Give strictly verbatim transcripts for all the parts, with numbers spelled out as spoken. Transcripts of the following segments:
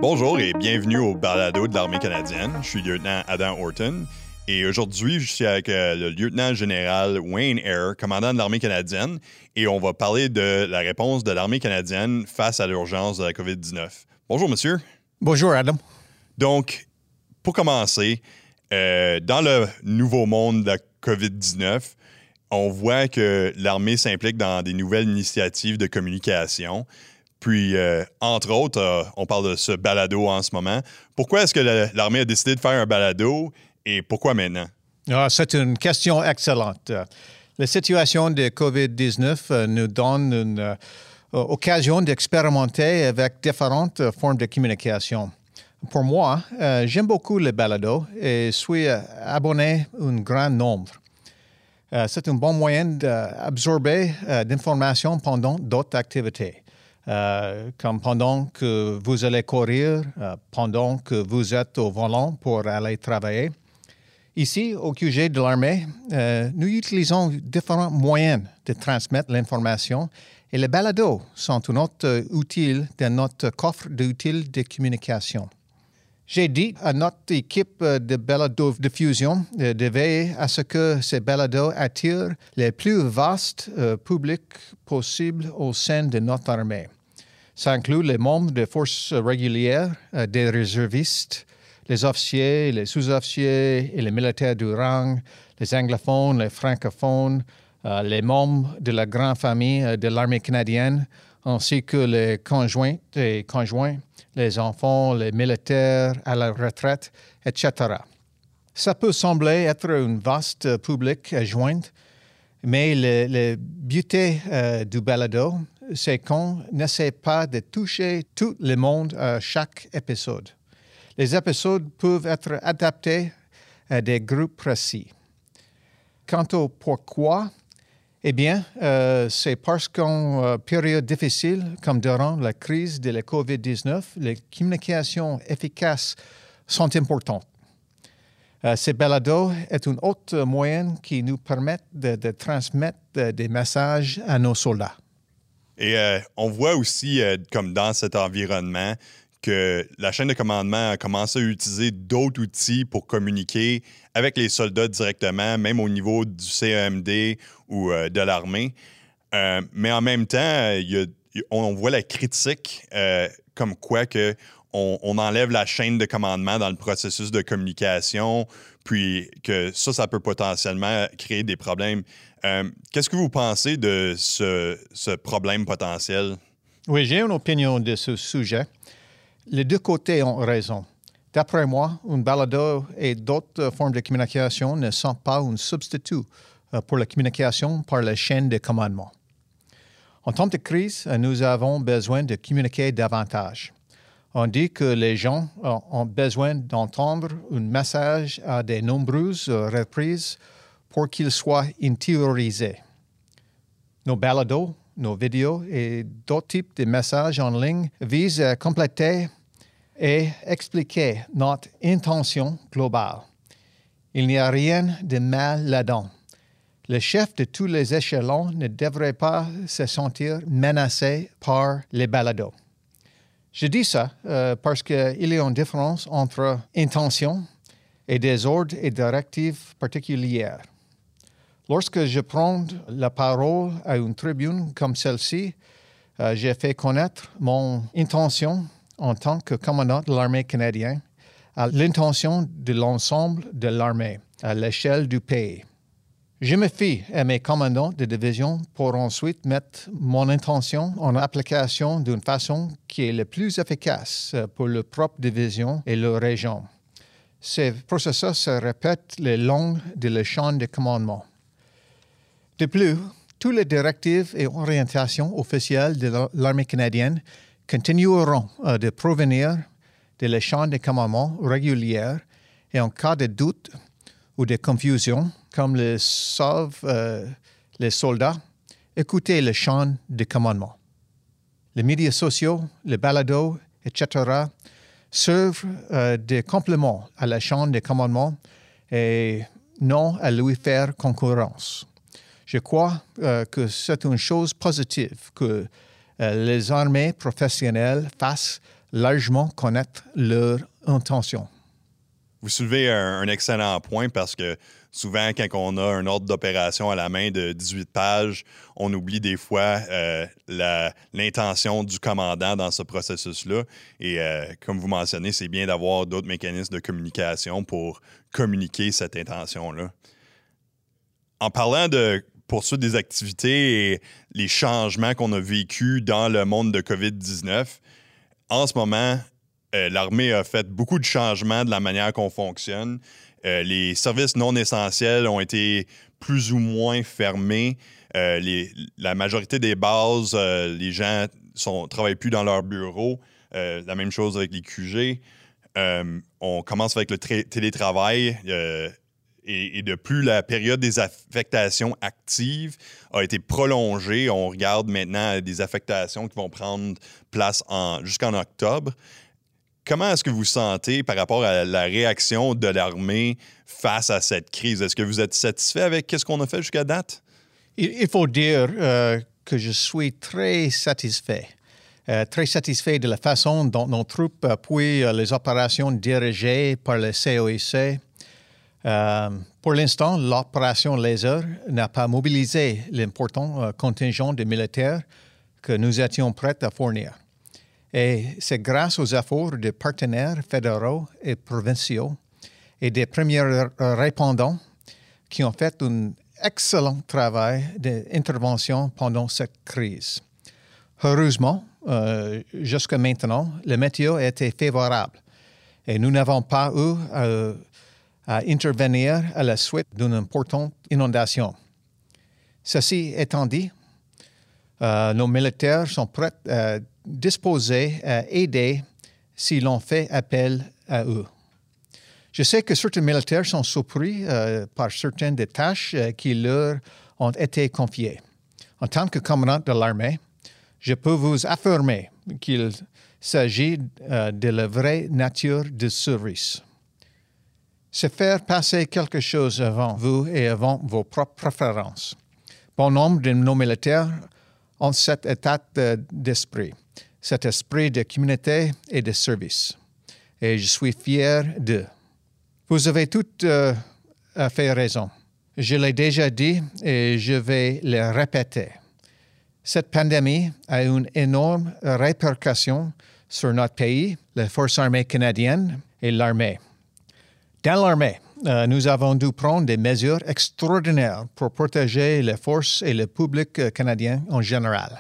Bonjour et bienvenue au balado de l'Armée canadienne. Je suis lieutenant Adam Horton et aujourd'hui, je suis avec euh, le lieutenant général Wayne Eyre, commandant de l'Armée canadienne, et on va parler de la réponse de l'Armée canadienne face à l'urgence de la covid dix-neuf. Bonjour, monsieur. Bonjour, Adam. Donc, pour commencer, euh, dans le nouveau monde de la covid dix-neuf, on voit que l'armée s'implique dans des nouvelles initiatives de communication. Puis, euh, entre autres, euh, on parle de ce balado en ce moment. Pourquoi est-ce que la, l'armée a décidé de faire un balado et pourquoi maintenant? Ah, c'est une question excellente. La situation de covid dix-neuf euh, nous donne une euh, occasion d'expérimenter avec différentes euh, formes de communication. Pour moi, euh, j'aime beaucoup le balado et suis euh, abonné à un grand nombre. Euh, c'est un bon moyen d'absorber euh, d'informations pendant d'autres activités. Euh, comme pendant que vous allez courir, euh, pendant que vous êtes au volant pour aller travailler. Ici, au Q G de l'armée, euh, nous utilisons différents moyens de transmettre l'information et les balados sont un autre euh, outil de notre coffre d'outils de communication. J'ai dit à notre équipe de balado-diffusion euh, de veiller à ce que ces balados attirent les plus vastes euh, publics possibles au sein de notre armée. Ça inclut les membres des forces régulières, euh, des réservistes, les officiers, les sous-officiers et les militaires du rang, les anglophones, les francophones, euh, les membres de la grande famille euh, de l'armée canadienne, ainsi que les conjoints et conjoints, les enfants, les militaires à la retraite, et cetera. Ça peut sembler être un vaste public à joindre, mais le, le but euh, du balado, c'est qu'on n'essaie pas de toucher tout le monde à chaque épisode. Les épisodes peuvent être adaptés à des groupes précis. Quant au pourquoi, eh bien, euh, c'est parce qu'en euh, période difficile, comme durant la crise de la covid dix-neuf, les communications efficaces sont importantes. Euh, ces balados est un autre moyen qui nous permet de, de transmettre de, des messages à nos soldats. Et euh, on voit aussi, euh, comme dans cet environnement, que la chaîne de commandement a commencé à utiliser d'autres outils pour communiquer avec les soldats directement, même au niveau du C E M D ou euh, de l'armée. Euh, mais en même temps, y a, y, on voit la critique euh, comme quoi que on, on enlève la chaîne de commandement dans le processus de communication, puis que ça, ça peut potentiellement créer des problèmes. Euh, qu'est-ce que vous pensez de ce, ce problème potentiel? Oui, j'ai une opinion de ce sujet. Les deux côtés ont raison. D'après moi, un balado et d'autres formes de communication ne sont pas un substitut pour la communication par la chaîne de commandement. En temps de crise, nous avons besoin de communiquer davantage. On dit que les gens ont besoin d'entendre un message à de nombreuses reprises pour qu'il soit intériorisé. Nos balados, nos vidéos et d'autres types de messages en ligne visent à compléter et expliquer notre intention globale. Il n'y a rien de mal là-dedans. Le chef de tous les échelons ne devrait pas se sentir menacé par les balados. Je dis ça euh, parce qu'il y a une différence entre intention et des ordres et directives particulières. Lorsque je prends la parole à une tribune comme celle-ci, euh, j'ai fait connaître mon intention en tant que commandant de l'armée canadienne à l'intention de l'ensemble de l'armée à l'échelle du pays. Je me fie à mes commandants de division pour ensuite mettre mon intention en application d'une façon qui est la plus efficace pour leur propre division et leur région. Ce processus se répète le long de la chaîne de commandement. De plus, toutes les directives et orientations officielles de l'armée canadienne continueront euh, de provenir de la chaîne de commandement régulière et en cas de doute ou de confusion, comme le savent euh, les soldats, écoutez la chaîne de commandement. Les médias sociaux, les balados, et cetera servent euh, de complément à la chaîne de commandement et non à lui faire concurrence. Je crois euh, que c'est une chose positive que euh, les armées professionnelles fassent largement connaître leurs intentions. Vous soulevez un, un excellent point parce que souvent, quand on a un ordre d'opération à la main de dix-huit pages, on oublie des fois euh, la, l'intention du commandant dans ce processus-là. Et euh, comme vous mentionnez, c'est bien d'avoir d'autres mécanismes de communication pour communiquer cette intention-là. En parlant de poursuite des activités et les changements qu'on a vécus dans le monde de covid dix-neuf, en ce moment, Euh, l'armée a fait beaucoup de changements de la manière qu'on fonctionne. Euh, les services non essentiels ont été plus ou moins fermés. Euh, les, la majorité des bases, euh, les gens ne travaillent plus dans leur bureau. Euh, la même chose avec les Q G. Euh, on commence avec le tra- télétravail. Euh, et, et de plus, la période des affectations actives a été prolongée. On regarde maintenant des affectations qui vont prendre place en, jusqu'en octobre. Comment est-ce que vous sentez par rapport à la réaction de l'armée face à cette crise? Est-ce que vous êtes satisfait avec ce qu'on a fait jusqu'à date? Il, il faut dire euh, que je suis très satisfait. Euh, très satisfait de la façon dont nos troupes appuient euh, les opérations dirigées par le C O I C. Euh, pour l'instant, l'opération Laser n'a pas mobilisé l'important euh, contingent de militaires que nous étions prêts à fournir. Et c'est grâce aux efforts de partenaires fédéraux et provinciaux et des premiers répondants qui ont fait un excellent travail d'intervention pendant cette crise. Heureusement, euh, jusqu'à maintenant, le météo était favorable et nous n'avons pas eu euh, à intervenir à la suite d'une importante inondation. Ceci étant dit, euh, nos militaires sont prêts à disposés à aider si l'on fait appel à eux. Je sais que certains militaires sont surpris euh, par certaines des tâches euh, qui leur ont été confiées. En tant que commandant de l'armée, je peux vous affirmer qu'il s'agit euh, de la vraie nature du service. C'est faire passer quelque chose avant vous et avant vos propres préférences. Bon nombre de nos militaires ont cet état d'esprit, cet esprit de communauté et de service. Et je suis fier d'eux. Vous avez tout euh, fait raison. Je l'ai déjà dit et je vais le répéter. Cette pandémie a une énorme répercussion sur notre pays, les Forces armées canadiennes et l'armée. Dans l'armée, euh, nous avons dû prendre des mesures extraordinaires pour protéger les forces et le public canadien en général.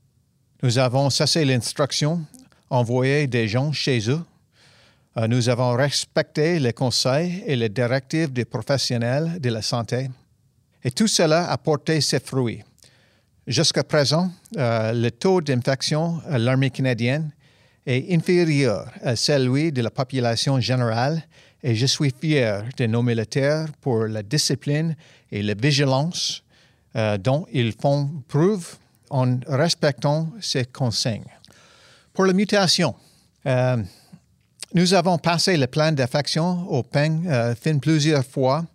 Nous avons cessé l'instruction, envoyé des gens chez eux. Euh, nous avons respecté les conseils et les directives des professionnels de la santé. Et tout cela a porté ses fruits. Jusqu'à présent, euh, le taux d'infection à l'armée canadienne est inférieur à celui de la population générale et je suis fier de nos militaires pour la discipline et la vigilance euh, dont ils font preuve en respectant ces consignes. Pour la mutation, euh, nous avons passé le plan d'affection au peigne euh, fin plusieurs fois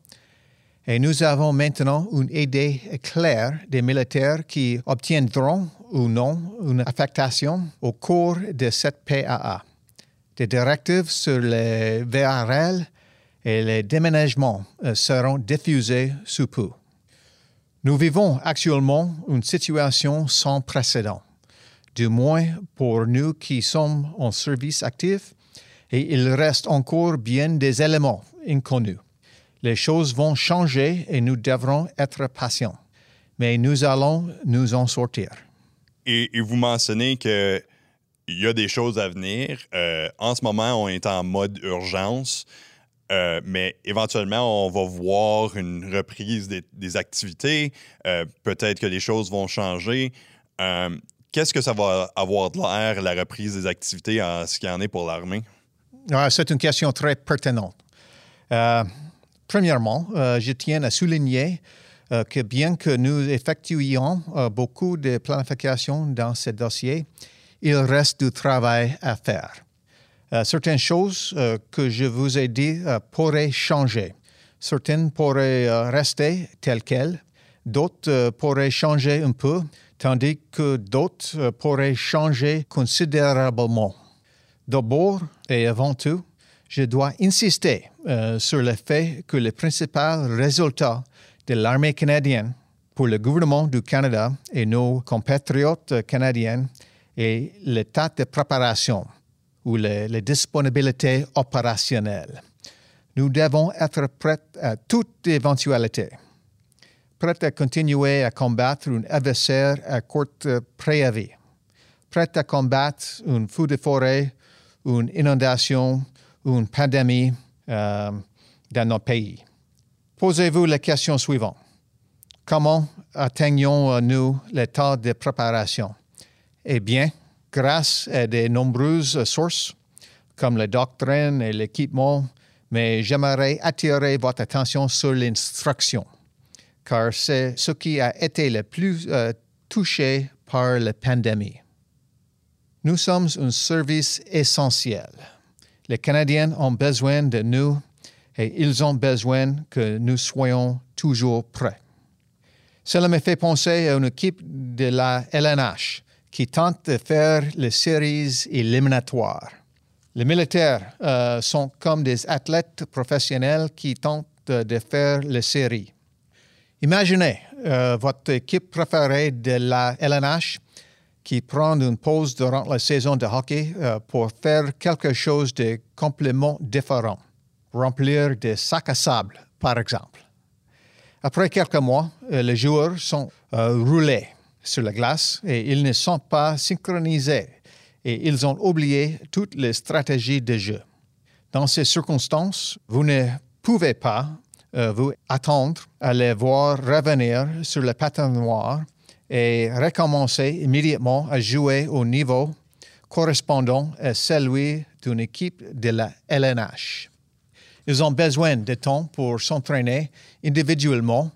et nous avons maintenant une idée claire des militaires qui obtiendront ou non une affectation au cours de cette P A A. Des directives sur les V R L et les déménagements euh, seront diffusées sous peu. Nous vivons actuellement une situation sans précédent, du moins pour nous qui sommes en service actif, et il reste encore bien des éléments inconnus. Les choses vont changer et nous devrons être patients, mais nous allons nous en sortir. Et, et vous mentionnez qu'il y a des choses à venir. Euh, en ce moment, on est en mode urgence. Euh, mais éventuellement, on va voir une reprise des, des activités. Euh, peut-être que les choses vont changer. Euh, qu'est-ce que ça va avoir de l'air, la reprise des activités, en ce qu'il y en est pour l'armée? Ah, c'est une question très pertinente. Euh, premièrement, euh, je tiens à souligner euh, que bien que nous effectuions euh, beaucoup de planification dans ce dossier, il reste du travail à faire. Euh, certaines choses euh, que je vous ai dit euh, pourraient changer. Certaines pourraient euh, rester telles quelles. D'autres euh, pourraient changer un peu, tandis que d'autres euh, pourraient changer considérablement. D'abord et avant tout, je dois insister euh, sur le fait que le principal résultat de l'armée canadienne pour le gouvernement du Canada et nos compatriotes canadiens est l'état de préparation ou le, la disponibilité opérationnelle. Nous devons être prêts à toute éventualité, prêts à continuer à combattre un adversaire à court préavis, prêts à combattre un feu de forêt, une inondation, une pandémie euh, dans notre pays. Posez-vous la question suivante. Comment atteignons-nous l'état de préparation? Eh bien, grâce à de nombreuses sources, comme la doctrine et l'équipement, mais j'aimerais attirer votre attention sur l'instruction, car c'est ce qui a été le plus euh, touché par la pandémie. Nous sommes un service essentiel. Les Canadiens ont besoin de nous et ils ont besoin que nous soyons toujours prêts. Cela me fait penser à une équipe de la L N H qui tente de faire les séries éliminatoires. Les militaires euh, sont comme des athlètes professionnels qui tentent de faire les séries. Imaginez euh, votre équipe préférée de la L N H qui prend une pause durant la saison de hockey euh, pour faire quelque chose de complètement différent, remplir des sacs à sable, par exemple. Après quelques mois, euh, les joueurs sont euh, roulés sur la glace et ils ne sont pas synchronisés et ils ont oublié toutes les stratégies de jeu. Dans ces circonstances, vous ne pouvez pas euh, vous attendre à les voir revenir sur le patinoire et recommencer immédiatement à jouer au niveau correspondant à celui d'une équipe de la L N H. Ils ont besoin de temps pour s'entraîner individuellement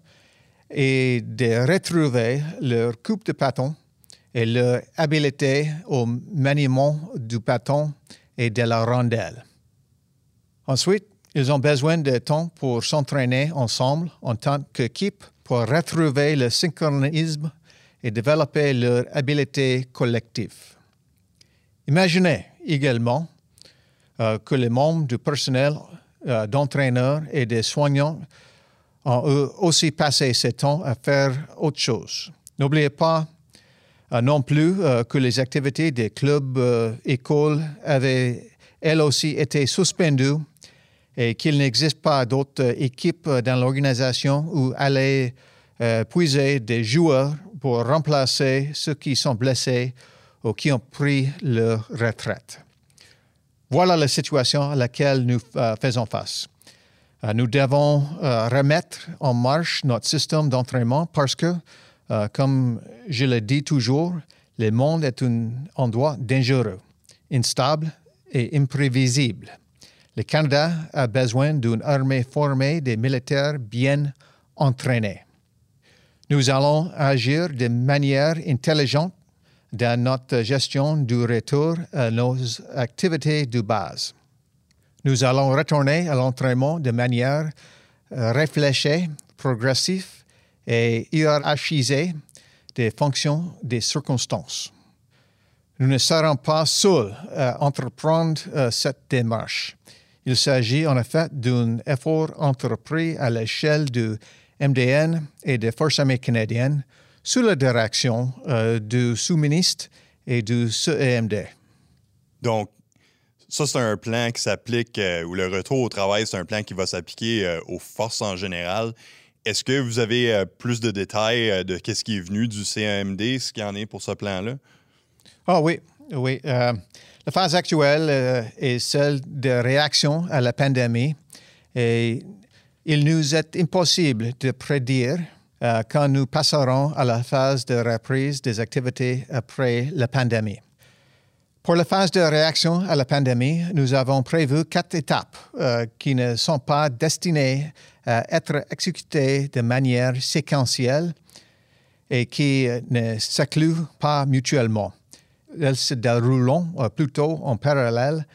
et de retrouver leur coupe de bâton et leur habileté au maniement du bâton et de la rondelle. Ensuite, ils ont besoin de temps pour s'entraîner ensemble en tant qu'équipe pour retrouver le synchronisme et développer leur habileté collective. Imaginez également euh, que les membres du personnel euh, d'entraîneurs et des soignants ont eux aussi passé ce temps à faire autre chose. N'oubliez pas euh, non plus euh, que les activités des clubs euh, écoles avaient elles aussi été suspendues et qu'il n'existe pas d'autres équipes dans l'organisation où aller euh, puiser des joueurs pour remplacer ceux qui sont blessés ou qui ont pris leur retraite. Voilà la situation à laquelle nous euh, faisons face. Euh, nous devons euh, remettre en marche notre système d'entraînement parce que, euh, comme je le dis toujours, le monde est un endroit dangereux, instable et imprévisible. Le Canada a besoin d'une armée formée de militaires bien entraînés. Nous allons agir de manière intelligente dans notre gestion du retour à nos activités de base. Nous allons retourner à l'entraînement de manière réfléchie, progressive et hiérarchisée des fonctions des circonstances. Nous ne serons pas seuls à entreprendre euh, cette démarche. Il s'agit en effet d'un effort entrepris à l'échelle du M D N et des Forces armées canadiennes sous la direction euh, du sous-ministre et du C E M D. Donc, ça, c'est un plan qui s'applique, euh, ou le retour au travail, c'est un plan qui va s'appliquer euh, aux forces en général. Est-ce que vous avez euh, plus de détails euh, de ce qui est venu du C E M D, ce qu'il y en est pour ce plan-là? Ah oui, oui. Euh, la phase actuelle euh, est celle de réaction à la pandémie et il nous est impossible de prédire euh, quand nous passerons à la phase de reprise des activités après la pandémie. Pour la phase de réaction à la pandémie, nous avons prévu quatre étapes euh, qui ne sont pas destinées à être exécutées de manière séquentielle et qui ne s'excluent pas mutuellement. Elles se dérouleront euh, plutôt en parallèle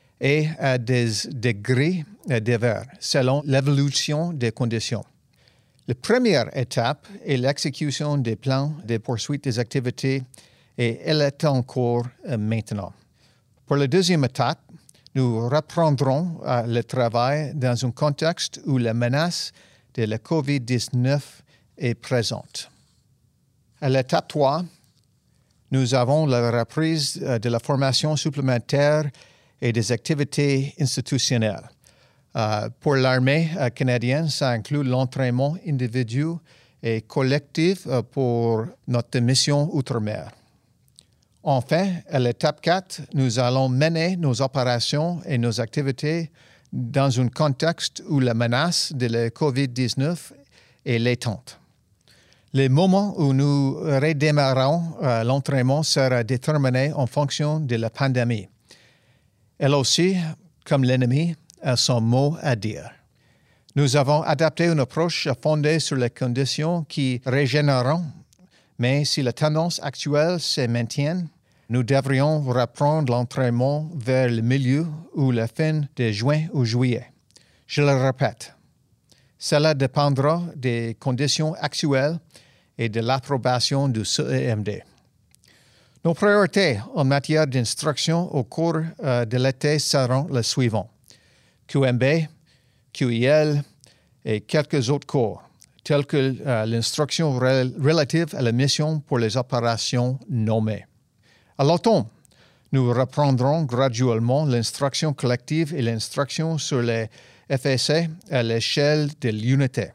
et à des degrés euh, divers, selon l'évolution des conditions. La première étape est l'exécution des plans de poursuite des activités et elle est en cours euh, maintenant. Pour la deuxième étape, nous reprendrons euh, le travail dans un contexte où la menace de la covid dix-neuf est présente. À l'étape trois, nous avons la reprise euh, de la formation supplémentaire et des activités institutionnelles. Euh, pour l'armée euh, canadienne, ça inclut l'entraînement individuel et collectif euh, pour notre mission Outre-mer. Enfin, à l'étape quatre, nous allons mener nos opérations et nos activités dans un contexte où la menace de la covid dix-neuf est latente. Le moment où nous redémarrons euh, l'entraînement sera déterminé en fonction de la pandémie. Elle aussi, comme l'ennemi, a son mot à dire. Nous avons adapté une approche fondée sur les conditions qui régénéreront, mais si la tendance actuelle se maintient, nous devrions reprendre l'entraînement vers le milieu ou la fin de juin ou juillet. Je le répète, cela dépendra des conditions actuelles et de l'approbation du C E M D. Nos priorités en matière d'instruction au cours euh, de l'été seront les suivants. Q M B, Q I L et quelques autres cours, tels que euh, l'instruction rel- relative à la mission pour les opérations nommées. À l'automne, nous reprendrons graduellement l'instruction collective et l'instruction sur les F S C à l'échelle de l'unité.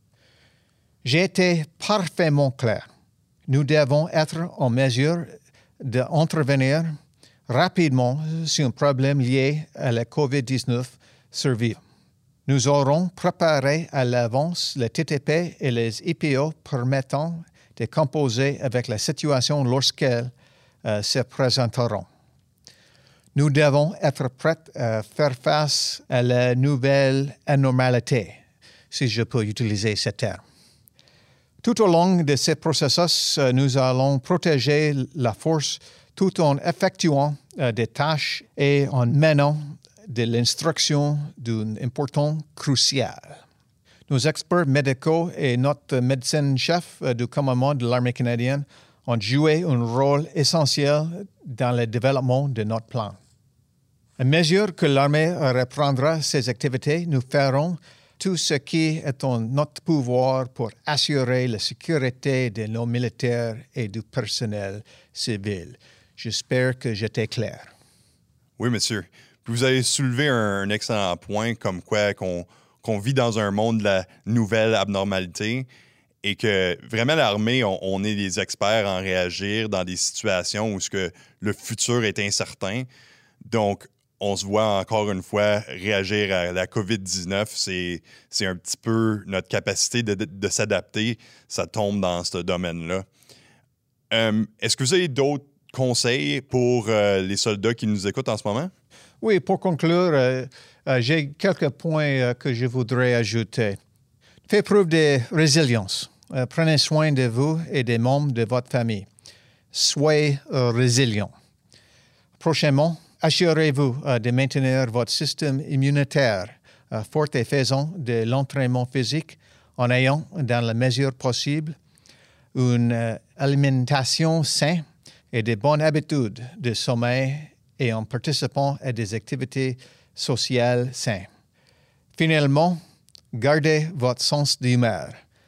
J'ai été parfaitement clair. Nous devons être en mesure d'intervenir rapidement si un problème lié à la covid dix-neuf survient. Nous aurons préparé à l'avance le T T P et les I P O permettant de composer avec la situation lorsqu'elle euh, se présenteront. Nous devons être prêts à faire face à la nouvelle anormalité, si je peux utiliser ce terme. Tout au long de ce processus, nous allons protéger la force tout en effectuant euh, des tâches et en menant de l'instruction d'une importance cruciale. Nos experts médicaux et notre médecin-chef euh, du commandement de l'armée canadienne ont joué un rôle essentiel dans le développement de notre plan. À mesure que l'armée reprendra ses activités, nous ferons tout ce qui est en notre pouvoir pour assurer la sécurité de nos militaires et du personnel civil. J'espère que j'étais clair. Oui, monsieur. Puis vous avez soulevé un, un excellent point, comme quoi qu'on, qu'on vit dans un monde de la nouvelle abnormalité et que vraiment l'armée, on, on est des experts en réagir dans des situations où ce que le futur est incertain. Donc, on se voit encore une fois réagir à la covid dix-neuf. C'est, c'est un petit peu notre capacité de, de, de s'adapter. Ça tombe dans ce domaine-là. Euh, est-ce que vous avez d'autres conseils pour euh, les soldats qui nous écoutent en ce moment? Oui, pour conclure, euh, euh, j'ai quelques points euh, que je voudrais ajouter. Faites preuve de résilience. Euh, prenez soin de vous et des membres de votre famille. Soyez euh, résilients. Prochainement, assurez-vous euh, de maintenir votre système immunitaire euh, fort et faisant de l'entraînement physique en ayant, dans la mesure possible, une euh, alimentation saine et de bonnes habitudes de sommeil et en participant à des activités sociales saines. Finalement, gardez votre sens d'humeur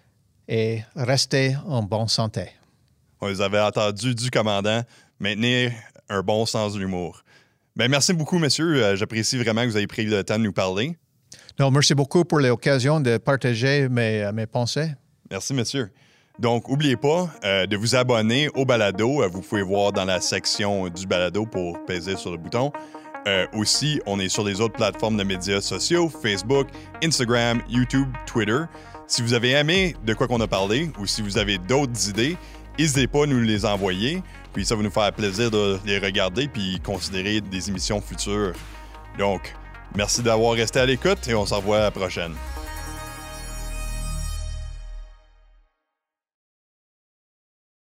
et restez en bonne santé. Vous avez entendu du commandant, maintenir un bon sens de l'humour. Bien, merci beaucoup, monsieur. Euh, j'apprécie vraiment que vous ayez pris le temps de nous parler. Non, merci beaucoup pour l'occasion de partager mes, mes pensées. Merci, monsieur. Donc, n'oubliez pas euh, de vous abonner au balado. Euh, vous pouvez voir dans la section du balado pour peser sur le bouton. Euh, aussi, on est sur les autres plateformes de médias sociaux, Facebook, Instagram, YouTube, Twitter. Si vous avez aimé de quoi qu'on a parlé ou si vous avez d'autres idées, n'hésitez pas à nous les envoyer. Puis ça va nous faire plaisir de les regarder puis considérer des émissions futures. Donc, merci d'avoir resté à l'écoute et on se revoit à la prochaine.